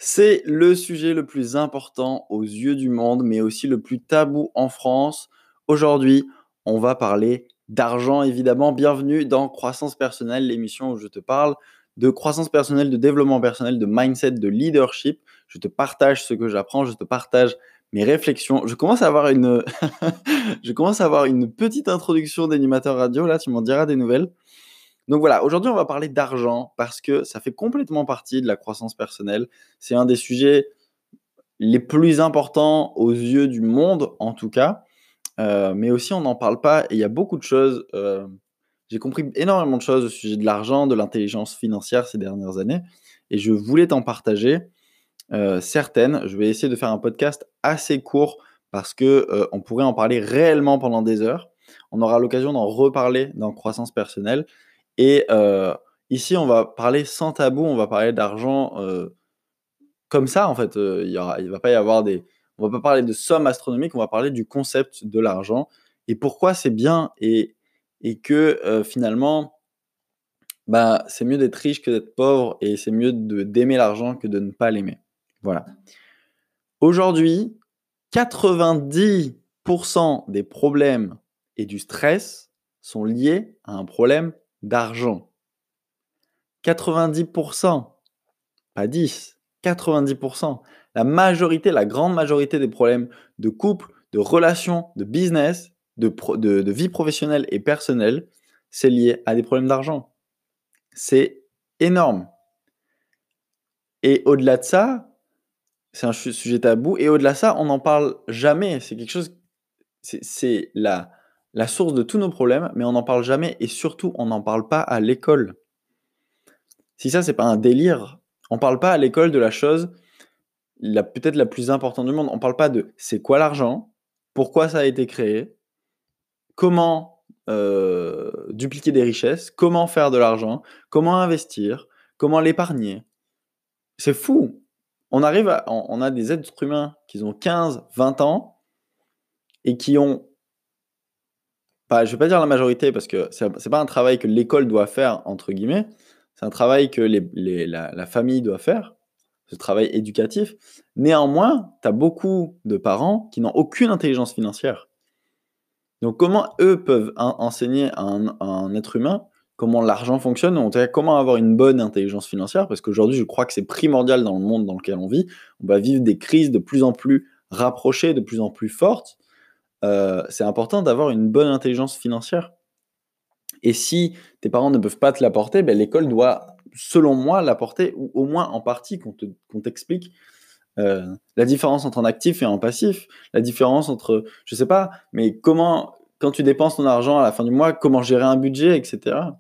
C'est le sujet le plus important aux yeux du monde, mais aussi le plus tabou en France. Aujourd'hui, on va parler d'argent, évidemment. Bienvenue dans Croissance personnelle, l'émission où je te parle de croissance personnelle, de développement personnel, de mindset, de leadership. Je te partage ce que j'apprends, je te partage mes réflexions. Je commence à avoir une, je commence à avoir une petite introduction d'animateur radio. Là, tu m'en diras des nouvelles. Donc voilà, aujourd'hui, on va parler d'argent parce que ça fait complètement partie de la croissance personnelle. C'est un des sujets les plus importants aux yeux du monde, en tout cas. Mais aussi, on n'en parle pas et il y a beaucoup de choses. J'ai compris énormément de choses au sujet de l'argent, de l'intelligence financière ces dernières années. Et je voulais t'en partager certaines. Je vais essayer de faire un podcast assez court parce que on pourrait en parler réellement pendant des heures. On aura l'occasion d'en reparler dans croissance personnelle. Et ici, on va parler sans tabou, on va parler d'argent comme ça, en fait. Il va pas y avoir on va pas parler de sommes astronomiques, on va parler du concept de l'argent et pourquoi c'est bien et que finalement, bah, c'est mieux d'être riche que d'être pauvre et c'est mieux d'aimer l'argent que de ne pas l'aimer. Voilà. Aujourd'hui, 90% des problèmes et du stress sont liés à un problème d'argent. 90%, pas 10, 90%. La grande majorité des problèmes de couple, de relations, de business, de vie professionnelle et personnelle, c'est lié à des problèmes d'argent. C'est énorme. Et au-delà de ça, c'est un sujet tabou. Et au-delà de ça, on n'en parle jamais. C'est quelque chose, c'est la source de tous nos problèmes, mais on n'en parle jamais. Et surtout, on n'en parle pas à l'école. Si ça, c'est pas un délire, on parle pas à l'école de la chose peut-être la plus importante du monde. On parle pas de c'est quoi l'argent, pourquoi ça a été créé, comment dupliquer des richesses, comment faire de l'argent, comment investir, comment l'épargner. C'est fou. On a des êtres humains qui ont 15, 20 ans et qui ont, pas, je vais pas dire la majorité parce que c'est pas un travail que l'école doit faire, entre guillemets, c'est un travail que la famille doit faire, ce travail éducatif. Néanmoins, tu as beaucoup de parents qui n'ont aucune intelligence financière. Donc comment eux peuvent enseigner à un être humain comment l'argent fonctionne, ou en tout cas comment avoir une bonne intelligence financière, parce qu'aujourd'hui je crois que c'est primordial dans le monde dans lequel on vit. On va vivre des crises de plus en plus rapprochées, de plus en plus fortes. C'est important d'avoir une bonne intelligence financière. Et si tes parents ne peuvent pas te l'apporter, ben, l'école doit, selon moi, l'apporter, ou au moins en partie qu'on t'explique la différence entre un actif et un passif, la différence entre, je sais pas, mais comment, quand tu dépenses ton argent à la fin du mois, comment gérer un budget, etc.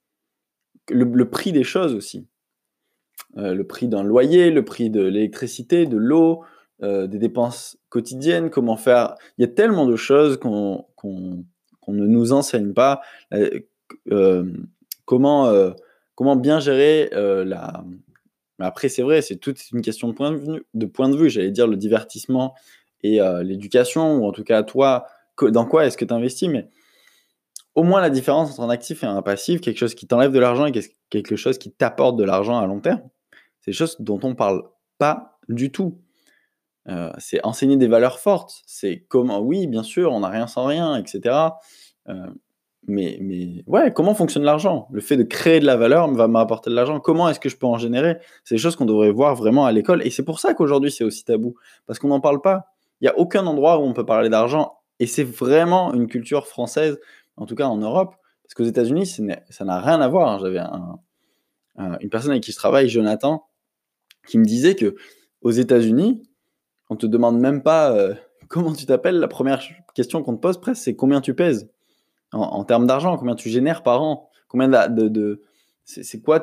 Le prix des choses aussi. Le prix d'un loyer, le prix de l'électricité, de l'eau, des dépenses quotidiennes, comment faire. Il y a tellement de choses qu'on ne nous enseigne pas. Euh, euh, comment, euh, comment bien gérer la. Mais après, c'est vrai, c'est toute une question de point de vue. J'allais dire le divertissement et l'éducation, ou en tout cas, toi, dans quoi est-ce que tu investis, mais au moins la différence entre un actif et un passif, quelque chose qui t'enlève de l'argent et quelque chose qui t'apporte de l'argent à long terme, c'est des choses dont on parle pas du tout. C'est enseigner des valeurs fortes. C'est comment, oui, bien sûr, on n'a rien sans rien, etc. Euh, mais ouais, comment fonctionne l'argent? Le fait de créer de la valeur va m'apporter de l'argent. Comment est-ce que je peux en générer? C'est des choses qu'on devrait voir vraiment à l'école. Et c'est pour ça qu'aujourd'hui, c'est aussi tabou. Parce qu'on n'en parle pas. Il n'y a aucun endroit où on peut parler d'argent. Et c'est vraiment une culture française, en tout cas en Europe. Parce qu'aux États-Unis, ça n'a rien à voir, hein. J'avais une personne avec qui je travaille, Jonathan, qui me disait que aux États-Unis, on te demande même pas comment tu t'appelles. La première question qu'on te pose presque, c'est combien tu pèses en termes d'argent, combien tu génères par an, combien c'est quoi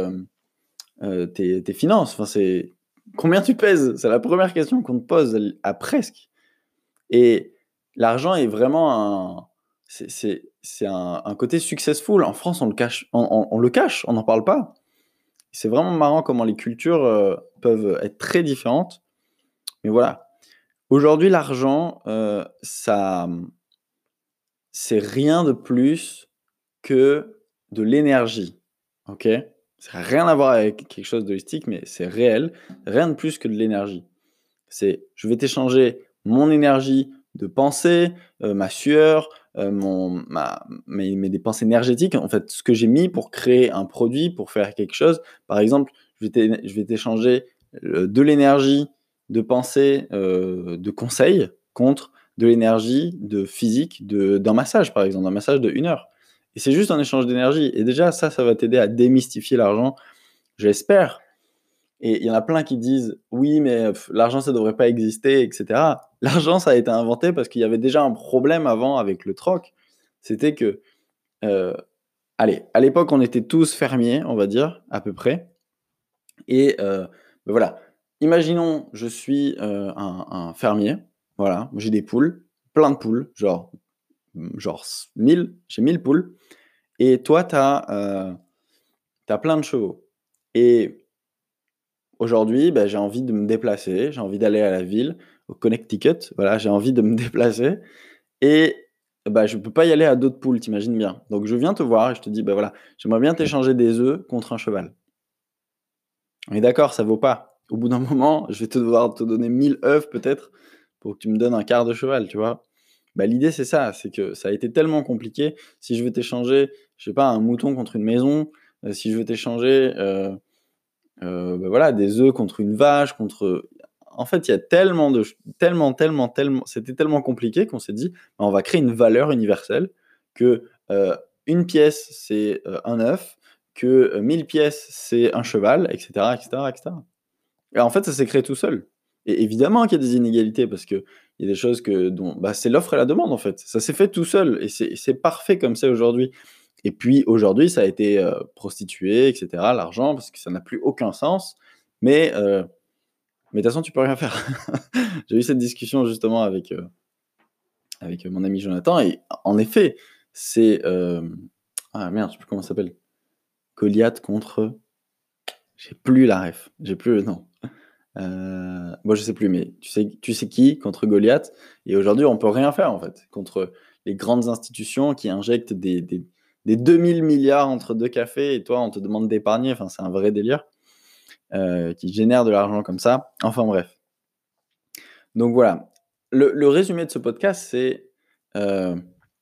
tes finances, enfin, c'est combien tu pèses, c'est la première question qu'on te pose à presque. Et l'argent est vraiment c'est un côté successful. En France, on le cache, on le cache, on n'en parle pas. C'est vraiment marrant comment les cultures peuvent être très différentes. Mais voilà. Aujourd'hui, l'argent, c'est rien de plus que de l'énergie. Ok? Ça n'a rien à voir avec quelque chose d'holistique, mais c'est réel, rien de plus que de l'énergie. C'est je vais t'échanger mon énergie de pensée, ma sueur, mes dépenses énergétiques, en fait, ce que j'ai mis pour créer un produit, pour faire quelque chose. Par exemple, je vais t'échanger, de l'énergie de pensée, de conseils contre de l'énergie de physique d'un massage, par exemple, d'un massage de 1 heure. Et c'est juste un échange d'énergie et déjà ça va t'aider à démystifier l'argent, j'espère. Et il y en a plein qui disent: «Oui, mais l'argent, ça devrait pas exister» et cetera. L'argent, ça a été inventé parce qu'il y avait déjà un problème avant avec le troc. C'était que, heu, allez, à l'époque, on était tous fermiers, on va dire, à peu près et voilà. Imaginons, je suis, un fermier, voilà, j'ai des poules, plein de poules, genre 1000, j'ai 1000 poules et toi, tu as plein de chevaux et aujourd'hui, bah, j'ai envie de me déplacer, j'ai envie d'aller à la ville, au Connecticut, voilà, j'ai envie de me déplacer et bah, je peux pas y aller à dos de poule, tu bien. Donc je viens te voir et je te dis: «Bah, voilà, j'aimerais bien t'échanger des œufs contre un cheval». On est d'accord, ça vaut pas. Au bout d'un moment, je vais te devoir te donner 1000 œufs peut-être pour que tu me donnes un quart de cheval, tu vois? Bah, l'idée c'est ça, c'est que ça a été tellement compliqué. Si je veux t'échanger, je sais pas, un mouton contre une maison, si je veux t'échanger, bah, voilà, des œufs contre une vache, contre en fait, il y a tellement de ch tellement c'était tellement compliqué qu'on s'est dit: «Bah, on va créer une valeur universelle que, 1 pièce, c'est, un œuf, que, 1000 pièces, c'est un cheval» et cetera, et cetera, et cetera. Et en fait, ça s'est créé tout seul. Et évidemment qu'il y a des inégalités parce qu'il y a des choses bah, c'est l'offre et la demande, en fait. Ça s'est fait tout seul et c'est parfait comme c'est aujourd'hui. Et puis aujourd'hui, ça a été, prostitué et cetera, l'argent, parce que ça n'a plus aucun sens. Mais, mais de toute façon, tu peux rien faire. J'ai eu cette discussion justement avec mon ami Jonathan et en effet, c'est, ah merde, je sais plus comment ça s'appelle. Goliath contre j'ai plus la ref, j'ai plus le nom. Moi, je sais plus, mais tu sais qui contre Goliath et aujourd'hui, on peut rien faire, en fait, contre les grandes institutions qui injectent des 2 000 milliards entre 2 cafés et toi, on te demande d'épargner. Enfin, c'est un vrai délire, qui génère de l'argent comme ça. Enfin bref. Donc voilà. Le résumé de ce podcast, c'est, heu,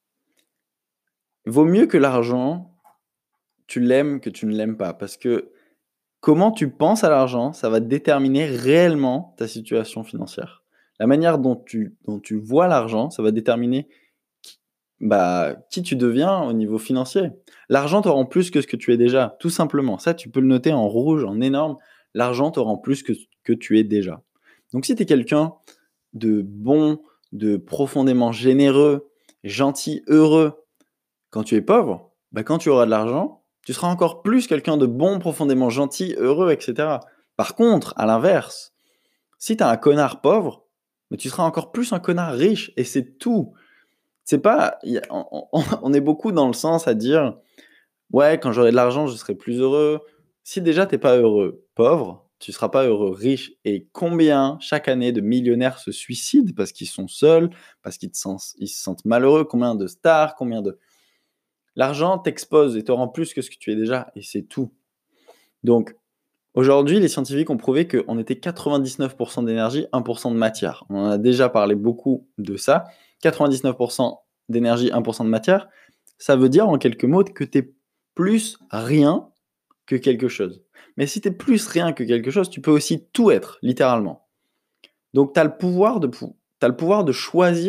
vaut mieux que l'argent, tu l'aimes que tu ne l'aimes pas parce que comment tu penses à l'argent, ça va déterminer réellement ta situation financière. La manière dont tu vois l'argent, ça va déterminer qui qui tu deviens au niveau financier. L'argent te rend plus que ce que tu es déjà, tout simplement. Ça, tu peux le noter en rouge, en énorme. L'argent te rend plus que ce que tu es déjà. Donc si tu es quelqu'un de bon, de profondément généreux, gentil, heureux, quand tu es pauvre, bah, quand tu auras de l'argent, tu seras encore plus quelqu'un de bon, profondément gentil, heureux et cetera. Par contre, à l'inverse, si tu as un connard pauvre, mais tu seras encore plus un connard riche et c'est tout. C'est pas il y a on est beaucoup dans le sens à dire: «Ouais, quand j'aurai de l'argent, je serai plus heureux». Si déjà tu es pas heureux pauvre, tu seras pas heureux riche et combien chaque année de millionnaires se suicident parce qu'ils sont seuls, parce ils se sentent malheureux? Combien de stars, combien de l'argent t'expose et te rend plus que ce que tu es déjà et c'est tout. Donc aujourd'hui, les scientifiques ont prouvé qu'on était 99 d'énergie, 1 de matière. On en a déjà parlé beaucoup de ça. 99 d'énergie, 1 de matière, ça veut dire en quelques mots que tu es plus rien que quelque chose. Mais si tu es plus rien que quelque chose, tu peux aussi tout être, littéralement. Donc tu as le pouvoir de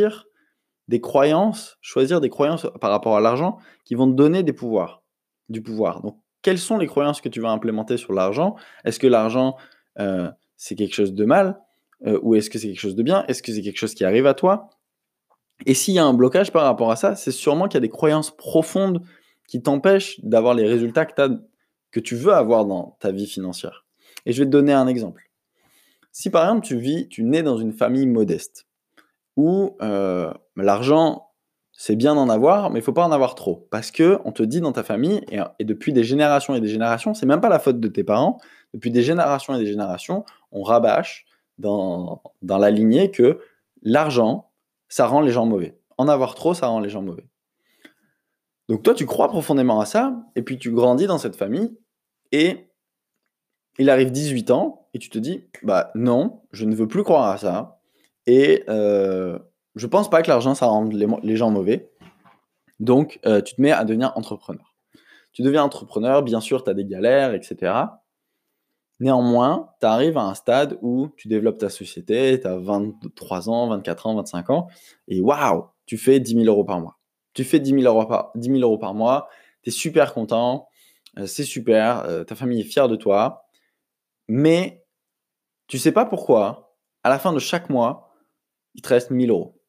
choisir des croyances par rapport à l'argent qui vont te donner du pouvoir. Donc, quelles sont les croyances que tu vas implémenter sur l'argent? Est-ce que l'argent, c'est quelque chose de mal? Ou est-ce que c'est quelque chose de bien? Est-ce que c'est quelque chose qui arrive à toi? Et s'il y a un blocage par rapport à ça, c'est sûrement qu'il y a des croyances profondes qui t'empêchent d'avoir les résultats que tu veux avoir dans ta vie financière. Et je vais te donner un exemple. Si par exemple tu nais dans une famille modeste, où, l'argent, c'est bien d'en avoir, mais il faut pas en avoir trop. Parce que on te dit dans ta famille et depuis des générations et des générations, c'est même pas la faute de tes parents, depuis des générations et des générations, on rabâche dans la lignée que l'argent, ça rend les gens mauvais. En avoir trop, ça rend les gens mauvais. Donc toi, tu crois profondément à ça et puis tu grandis dans cette famille Et il arrive 18 ans et tu te dis: «Bah, non, je ne veux plus croire à ça et je pense pas que l'argent, ça rende les gens mauvais». Donc tu te mets à devenir entrepreneur. Tu deviens entrepreneur, bien sûr, tu as des galères et cetera. Néanmoins, tu arrives à un stade où tu développes ta société, tu as 23 ans, 24 ans, 25 ans et waouh! Tu fais 10 000 € par mois. Tu fais 10 000 € par mois, tu es super content, c'est super, ta famille est fière de toi, mais tu sais pas pourquoi, à la fin de chaque mois, il te reste 1 000 €.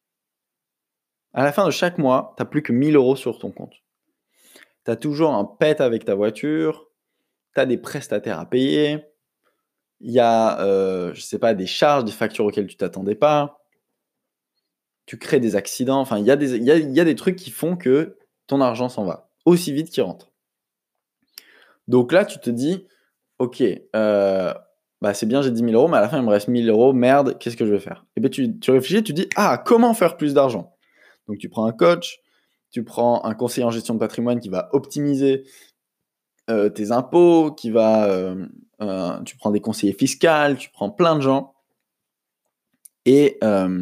À la fin de chaque mois, tu as plus que 1 000 € sur ton compte. Tu as toujours un pet avec ta voiture, tu as des prestataires à payer, il y a, je sais pas, des charges, des factures auxquelles tu t'attendais pas. Tu crées des accidents, enfin il y a des trucs qui font que ton argent s'en va aussi vite qu'il rentre. Donc là, tu te dis: «OK, bah, c'est bien, j'ai 10 000 €, mais à la fin, il me reste 1 000 €, merde, qu'est-ce que je vais faire?» Et beh, tu réfléchis, tu dis: «Ah, comment faire plus d'argent?» Donc tu prends un coach, tu prends un conseiller en gestion de patrimoine qui va optimiser, tes impôts, tu prends des conseillers fiscaux, tu prends plein de gens et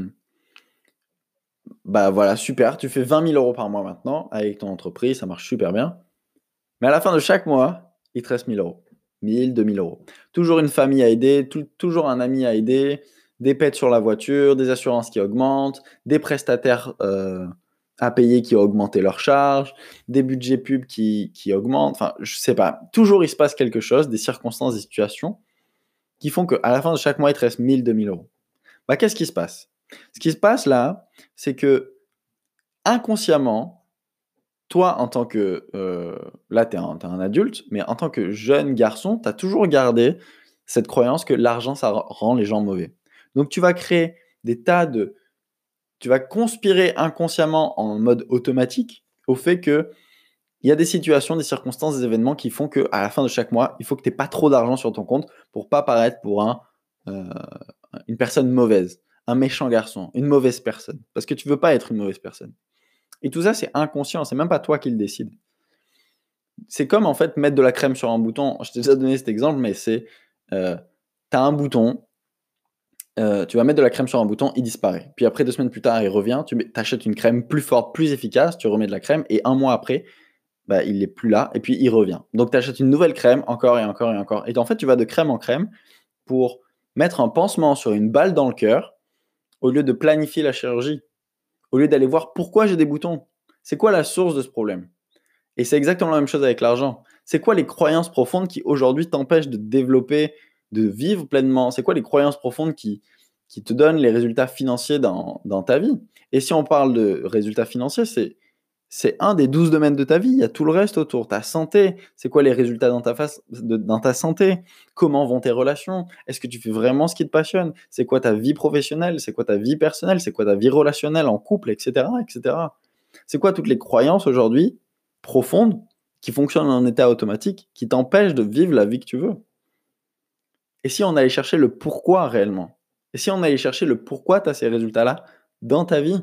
bah, voilà, super, tu fais 20 000 € par mois maintenant avec ton entreprise, ça marche super bien. Mais à la fin de chaque mois, il te reste 1 000 €. 1 000, 2 000 €. Toujours une famille à aider, toujours un ami à aider, des pets sur la voiture, des assurances qui augmentent, des prestataires, à payer qui ont augmenté leurs charges, des budgets pubs qui augmentent, enfin, je sais pas. Toujours il se passe quelque chose, des circonstances, des situations qui font qu'à la fin de chaque mois, il te reste 1 000, 2 000 €. Bah, qu'est-ce qui se passe? Ce qui se passe là, c'est que inconsciemment, toi, en tant que, là, tu es un adulte, mais en tant que jeune garçon, tu as toujours gardé cette croyance que l'argent, ça rend les gens mauvais. Donc tu vas créer des tas de tu vas conspirer inconsciemment en mode automatique au fait qu'il y a des situations, des circonstances, des événements qui font qu'à la fin de chaque mois, il faut que tu aies pas trop d'argent sur ton compte pour pas paraître pour heu, une personne mauvaise, un méchant garçon, une mauvaise personne. Parce que tu veux pas être une mauvaise personne. Et tout ça, c'est inconscient, c'est même pas toi qui le décides. C'est comme en fait mettre de la crème sur un bouton. Je t'ai déjà donné cet exemple, mais c'est, tu as un bouton, tu vas mettre de la crème sur un bouton, il disparaît. Puis après 2 semaines plus tard, il revient, tu achètes une crème plus forte, plus efficace, tu remets de la crème et un mois après, bah, il est plus là et puis il revient. Donc tu achètes une nouvelle crème encore et encore et encore et en fait, tu vas de crème en crème pour mettre un pansement sur une balle dans le cœur au lieu de planifier la chirurgie, au lieu d'aller voir pourquoi j'ai des boutons. C'est quoi la source de ce problème? Et c'est exactement la même chose avec l'argent. C'est quoi les croyances profondes qui aujourd'hui t'empêchent de développer, de vivre pleinement? C'est quoi les croyances profondes qui te donnent les résultats financiers dans ta vie? Et si on parle de résultats financiers, c'est un des 12 domaines de ta vie. Il y a tout le reste autour. Ta santé, c'est quoi les résultats dans ta santé? Comment vont tes relations? Est-ce que tu fais vraiment ce qui te passionne? C'est quoi ta vie professionnelle? C'est quoi ta vie personnelle? C'est quoi ta vie relationnelle en couple, et cetera, et cetera? C'est quoi toutes les croyances aujourd'hui profondes qui fonctionnent en état automatique, qui t'empêchent de vivre la vie que tu veux? Et si on allait chercher le pourquoi réellement? Et si on allait chercher le pourquoi tu as ces résultats-là dans ta vie?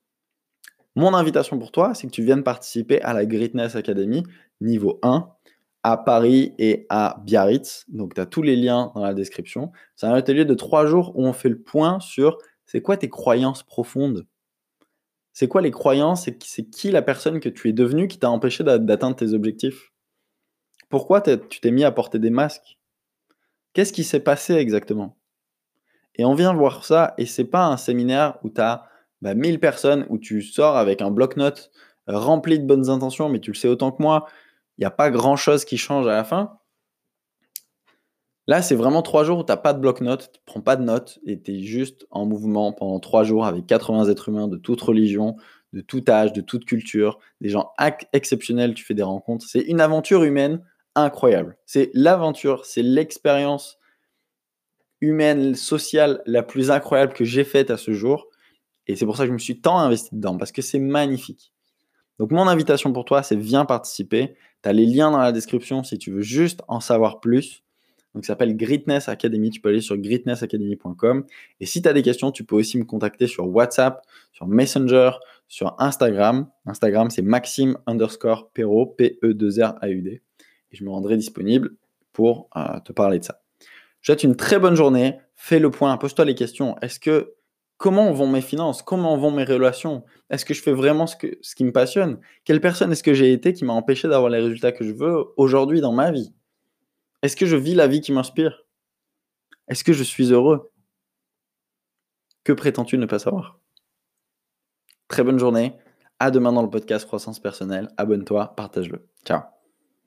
Mon invitation pour toi, c'est que tu viennes participer à la Greatness Academy niveau 1 à Paris et à Biarritz. Donc, tu as tous les liens dans la description. C'est un atelier de 3 jours où on fait le point sur c'est quoi tes croyances profondes? C'est quoi les croyances? C'est qui la personne que tu es devenue qui t'a empêché d'atteindre tes objectifs? Pourquoi tu t'es mis à porter des masques? Qu'est-ce qui s'est passé exactement? Et on vient voir ça et c'est pas un séminaire où tu as, 1 personnes, où tu sors avec un bloc-notes, rempli de bonnes intentions, mais tu le sais autant que moi, il y a pas grand-chose qui change à la fin. Là, c'est vraiment 3 jours où tu as pas de bloc-notes, tu prends pas de notes et tu es juste en mouvement pendant 3 jours avec 80 êtres humains de toute religion, de tout âge, de toute culture, des gens exceptionnels, tu fais des rencontres. C'est une aventure humaine incroyable. C'est l'aventure, c'est l'expérience humaine, sociale la plus incroyable que j'ai faite à ce jour et c'est pour ça que je me suis tant investi dedans parce que c'est magnifique. Donc mon invitation pour toi, c'est viens participer. Tu as les liens dans la description si tu veux juste en savoir plus. Donc ça s'appelle Greatness Academy, tu peux aller sur greatnessacademy.com et si tu as des questions, tu peux aussi me contacter sur WhatsApp, sur Messenger, sur Instagram. Instagram, c'est Maxime_Perraud, P-E-2-R-A-U-D. et je me rendrai disponible pour te parler de ça. Je te souhaite une très bonne journée. Fais le point, pose-toi les questions. Comment vont mes finances? Comment vont mes relations? Est-ce que je fais vraiment ce qui me passionne? Quelle personne est-ce que j'ai été qui m'a empêché d'avoir les résultats que je veux aujourd'hui dans ma vie? Est-ce que je vis la vie qui m'inspire? Est-ce que je suis heureux? Que prétends-tu ne pas savoir? Très bonne journée. À demain dans le podcast Croissance personnelle. Abonne-toi, partage-le. Ciao.